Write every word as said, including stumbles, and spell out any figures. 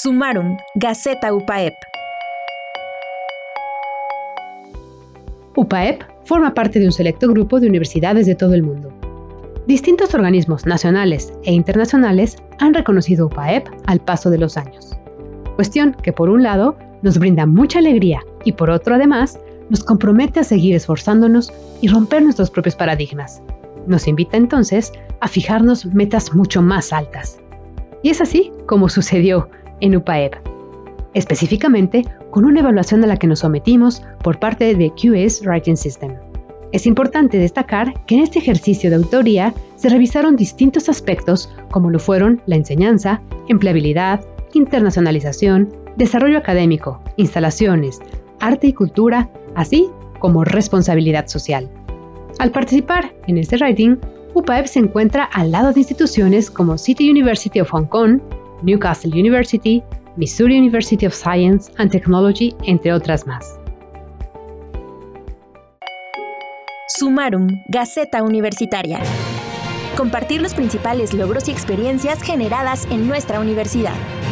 Sumarum, Gaceta UPAEP. UPAEP forma parte de un selecto grupo de universidades de todo el mundo. Distintos organismos nacionales e internacionales han reconocido UPAEP al paso de los años. Cuestión que por un lado nos brinda mucha alegría y por otro además nos compromete a seguir esforzándonos y romper nuestros propios paradigmas. Nos invita entonces a fijarnos metas mucho más altas. Y es así como sucedió en UPAEP. Específicamente con una evaluación a la que nos sometimos por parte de Q S Writing System. Es importante destacar que en este ejercicio de autoría se revisaron distintos aspectos como lo fueron la enseñanza, empleabilidad, internacionalización, desarrollo académico, instalaciones, arte y cultura, así como responsabilidad social. Al participar en este writing, UPAEP se encuentra al lado de instituciones como City University of Hong Kong, Newcastle University, Missouri University of Science and Technology, entre otras más. Sumarum, Gaceta Universitaria. Compartir los principales logros y experiencias generadas en nuestra universidad.